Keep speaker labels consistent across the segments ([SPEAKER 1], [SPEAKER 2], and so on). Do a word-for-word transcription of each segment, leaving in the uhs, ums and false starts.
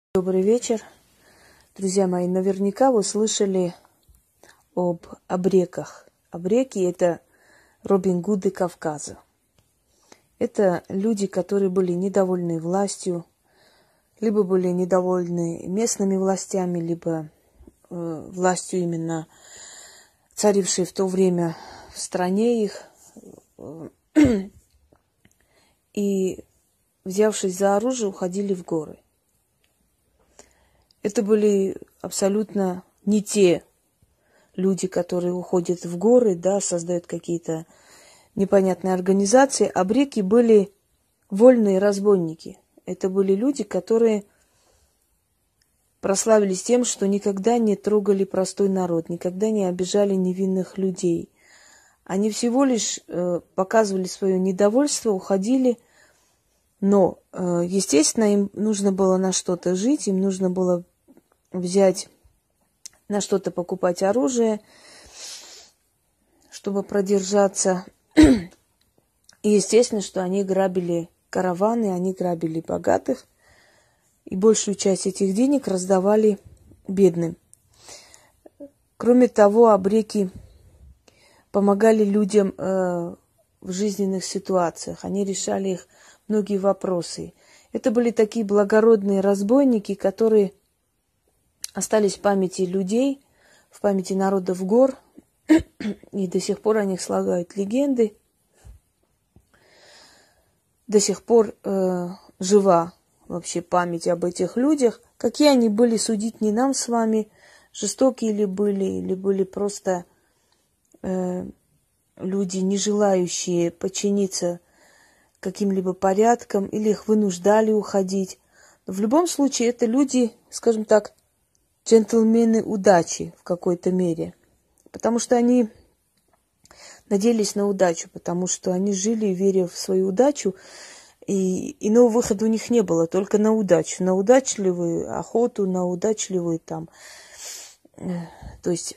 [SPEAKER 1] Добрый вечер, друзья мои. Наверняка вы слышали об абреках. Абреки – это Робин Гуды Кавказа. Это люди, которые были недовольны властью, либо были недовольны местными властями, либо э, властью именно царившей в то время в стране их. И, взявшись за оружие, уходили в горы. Это были абсолютно не те люди, которые уходят в горы, да, создают какие-то непонятные организации. Абреки были вольные разбойники. Это были люди, которые прославились тем, что никогда не трогали простой народ, никогда не обижали невинных людей. Они всего лишь э, показывали свое недовольство, уходили. Но, э, естественно, им нужно было на что-то жить, им нужно было взять, на что-то покупать оружие, чтобы продержаться. И естественно, что они грабили караваны, они грабили богатых, и большую часть этих денег раздавали бедным. Кроме того, абреки помогали людям э, в жизненных ситуациях, они решали их многие вопросы. Это были такие благородные разбойники, которые остались в памяти людей, в памяти народов гор, и до сих пор о них слагают легенды. До сих пор э, жива вообще память об этих людях. Какие они были, судить не нам с вами, жестокие ли были, или были просто э, люди, не желающие подчиниться каким-либо порядкам, или их вынуждали уходить. Но в любом случае, это люди, скажем так, джентльмены удачи в какой-то мере. Потому что они надеялись на удачу, потому что они жили, веря в свою удачу, и иного выхода у них не было, только на удачу. На удачливую охоту, на удачливую там, то есть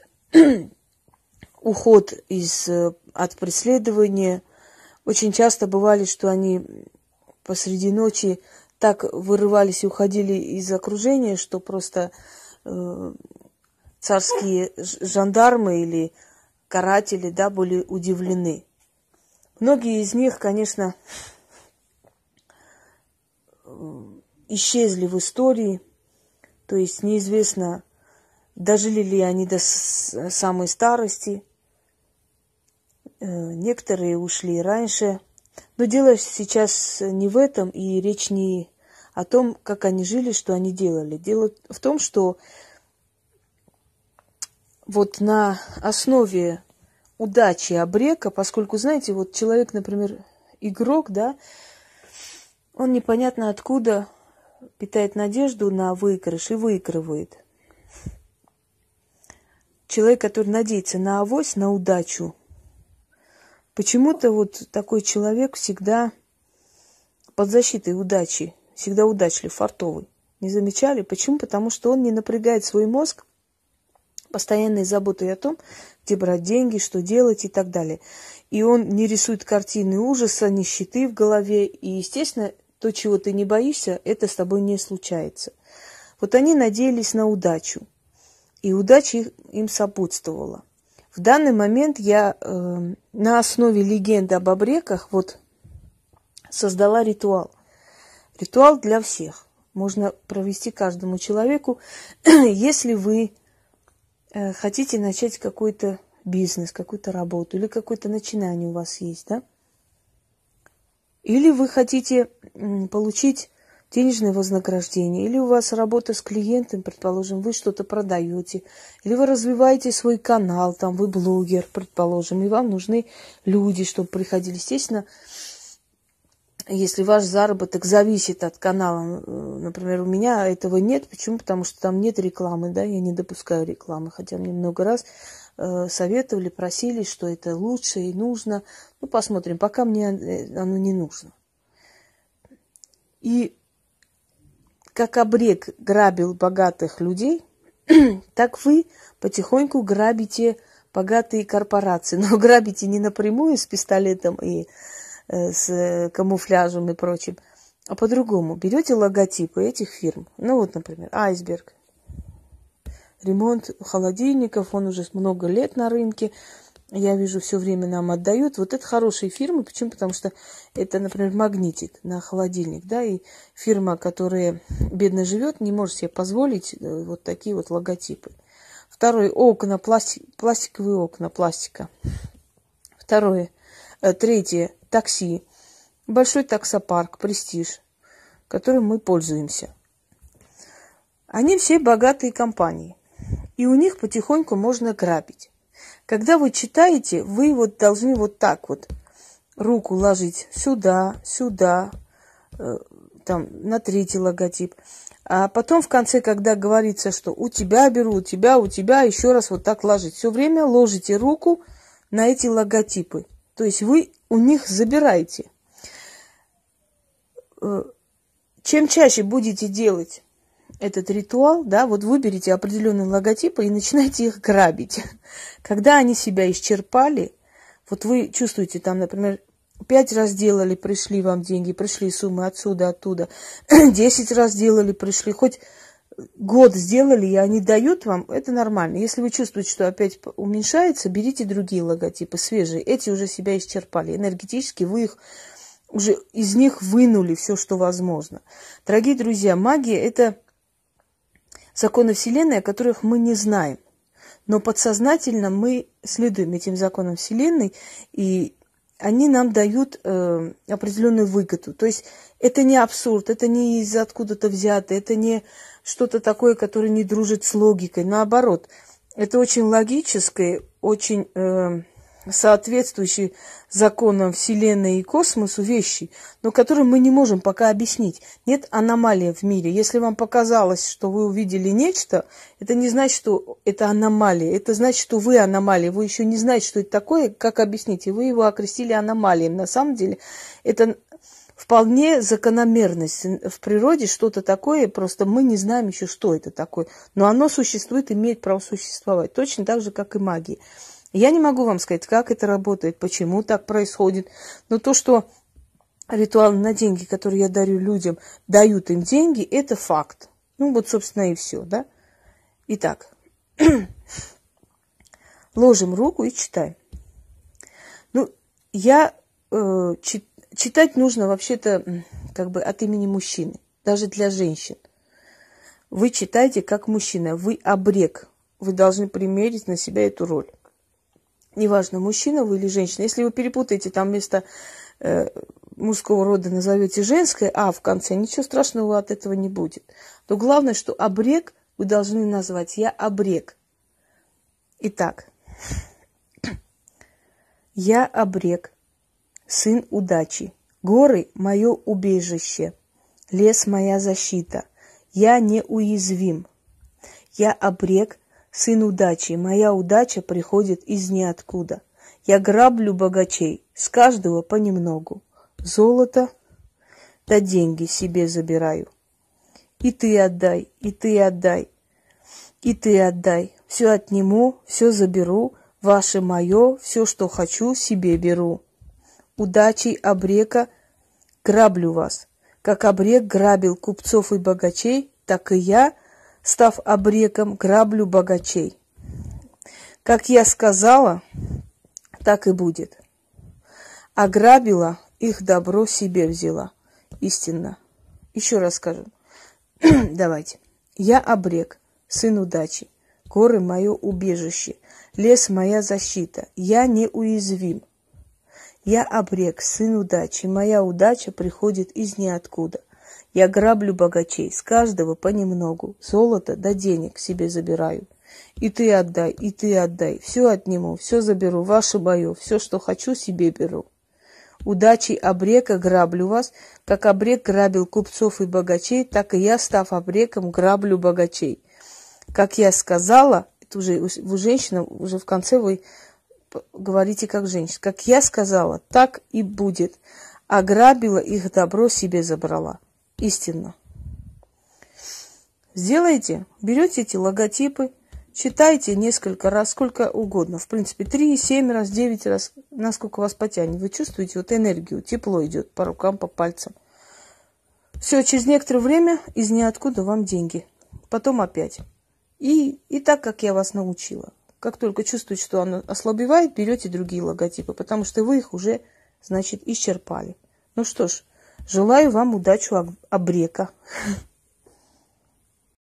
[SPEAKER 1] уход из, от преследования. Очень часто бывали, что они посреди ночи так вырывались и уходили из окружения, что просто э, царские жандармы или каратели, да, были удивлены. Многие из них, конечно, исчезли в истории, то есть неизвестно, дожили ли они до самой старости. Некоторые ушли раньше. Но дело сейчас не в этом, и речь не о том, как они жили, что они делали. Дело в том, что вот на основе удачи абрека, поскольку, знаете, вот человек, например, игрок, да, он непонятно откуда питает надежду на выигрыш и выигрывает. Человек, который надеется на авось, на удачу, почему-то вот такой человек всегда под защитой удачи, всегда удачлив, фартовый. Не замечали? Почему? Потому что он не напрягает свой мозг постоянной заботой о том, где брать деньги, что делать и так далее. И он не рисует картины ужаса, нищеты в голове. И, естественно, то, чего ты не боишься, это с тобой не случается. Вот они надеялись на удачу. И удача им сопутствовала. В данный момент я э, на основе легенды об абреках вот создала ритуал. Ритуал для всех. Можно провести каждому человеку, если вы э, хотите начать какой-то бизнес, какую-то работу, или какое-то начинание у вас есть, да? Или вы хотите м, получить денежное вознаграждение, или у вас работа с клиентом, предположим, вы что-то продаете, или вы развиваете свой канал, там вы блогер, предположим, и вам нужны люди, чтобы приходили. Естественно, если ваш заработок зависит от канала, например, у меня этого нет. Почему? Потому что там нет рекламы, да, я не допускаю рекламы, хотя мне много раз э, советовали, просили, что это лучше и нужно. Ну, посмотрим, пока мне оно не нужно. И как абрек грабил богатых людей, так вы потихоньку грабите богатые корпорации. Но грабите не напрямую с пистолетом и э, с камуфляжем и прочим, а по-другому. Берете логотипы этих фирм. Ну вот, например, Айсберг. Ремонт холодильников, он уже много лет на рынке. Я вижу, все время нам отдают. Вот это хорошие фирмы. Почему? Потому что это, например, магнитик на холодильник. Да, и фирма, которая бедно живет, не может себе позволить вот такие вот логотипы. Второе, окна, пластик, пластиковые окна, пластика. Второе. Третье, такси. Большой таксопарк, Престиж, которым мы пользуемся. Они все богатые компании. И у них потихоньку можно грабить. Когда вы читаете, вы вот должны вот так вот руку ложить сюда, сюда, э, там, на третий логотип. А потом в конце, когда говорится, что у тебя беру, у тебя, у тебя, еще раз вот так ложить. Все время ложите руку на эти логотипы. То есть вы у них забираете. Чем чаще будете делать этот ритуал, да, вот выберите определенные логотипы и начинайте их грабить. Когда они себя исчерпали, вот вы чувствуете там, например, пять раз делали, пришли вам деньги, пришли суммы отсюда, оттуда, десять раз делали, пришли, хоть год сделали, и они дают вам, это нормально. Если вы чувствуете, что опять уменьшается, берите другие логотипы, свежие. Эти уже себя исчерпали. Энергетически вы их уже из них вынули все, что возможно. Дорогие друзья, магия – это законы Вселенной, о которых мы не знаем. Но подсознательно мы следуем этим законам Вселенной, и они нам дают э, определенную выгоду. То есть это не абсурд, это не из откуда-то взято, это не что-то такое, которое не дружит с логикой. Наоборот, это очень логическое, очень э, соответствующие законам Вселенной и космосу вещи, но которые мы не можем пока объяснить. Нет аномалии в мире. Если вам показалось, что вы увидели нечто, это не значит, что это аномалия. Это значит, что вы аномалия. Вы еще не знаете, что это такое, как объяснить. И вы его окрестили аномалией. На самом деле это вполне закономерность в природе, что-то такое, просто мы не знаем еще, что это такое. Но оно существует, имеет право существовать. Точно так же, как и магия. Я не могу вам сказать, как это работает, почему так происходит. Но то, что ритуалы на деньги, которые я дарю людям, дают им деньги, это факт. Ну вот, собственно, и все, да? Итак, ложим руку и читаем. Ну, я э, чит, читать нужно вообще-то как бы от имени мужчины, даже для женщин. Вы читаете как мужчина, вы обрек, вы должны примерить на себя эту роль. Неважно, мужчина вы или женщина. Если вы перепутаете там вместо э, мужского рода назовете женское, а в конце, ничего страшного от этого не будет. Но главное, что обрек вы должны назвать. Я обрек. Итак, я обрек, сын удачи, горы – мое убежище, лес – моя защита, я неуязвим. Я обрек, сын удачи, моя удача приходит из ниоткуда. Я граблю богачей, с каждого понемногу. Золото да деньги себе забираю. И ты отдай, и ты отдай, и ты отдай. Все отниму, все заберу, ваше мое, все, что хочу, себе беру. Удачей обрека граблю вас. Как обрек грабил купцов и богачей, так и я, став обреком, граблю богачей. Как я сказала, так и будет. Ограбила, их добро себе взяла. Истинно. Еще раз скажу. Давайте. Я обрек, сын удачи, горы мое убежище, лес моя защита, я неуязвим. Я обрек, сын удачи, моя удача приходит из ниоткуда. Я граблю богачей, с каждого понемногу, золото да денег себе забираю. И ты отдай, и ты отдай, все отниму, все заберу, ваше мое, все, что хочу, себе беру. Удачей обрека граблю вас, как обрек грабил купцов и богачей, так и я, став обреком, граблю богачей. Как я сказала, это уже у женщины, уже в конце вы говорите как женщина. Как я сказала, так и будет. Ограбила их добро, себе забрала. Истинно. Сделайте, берете эти логотипы, читайте несколько раз, сколько угодно. В принципе, три, семь раз, девять раз, насколько вас потянет. Вы чувствуете вот энергию, тепло идет по рукам, по пальцам. Все, через некоторое время из ниоткуда вам деньги. Потом опять. И, и так, как я вас научила. Как только чувствуете, что оно ослабевает, берете другие логотипы, потому что вы их уже, значит, исчерпали. Ну что ж, желаю вам удачу обрека.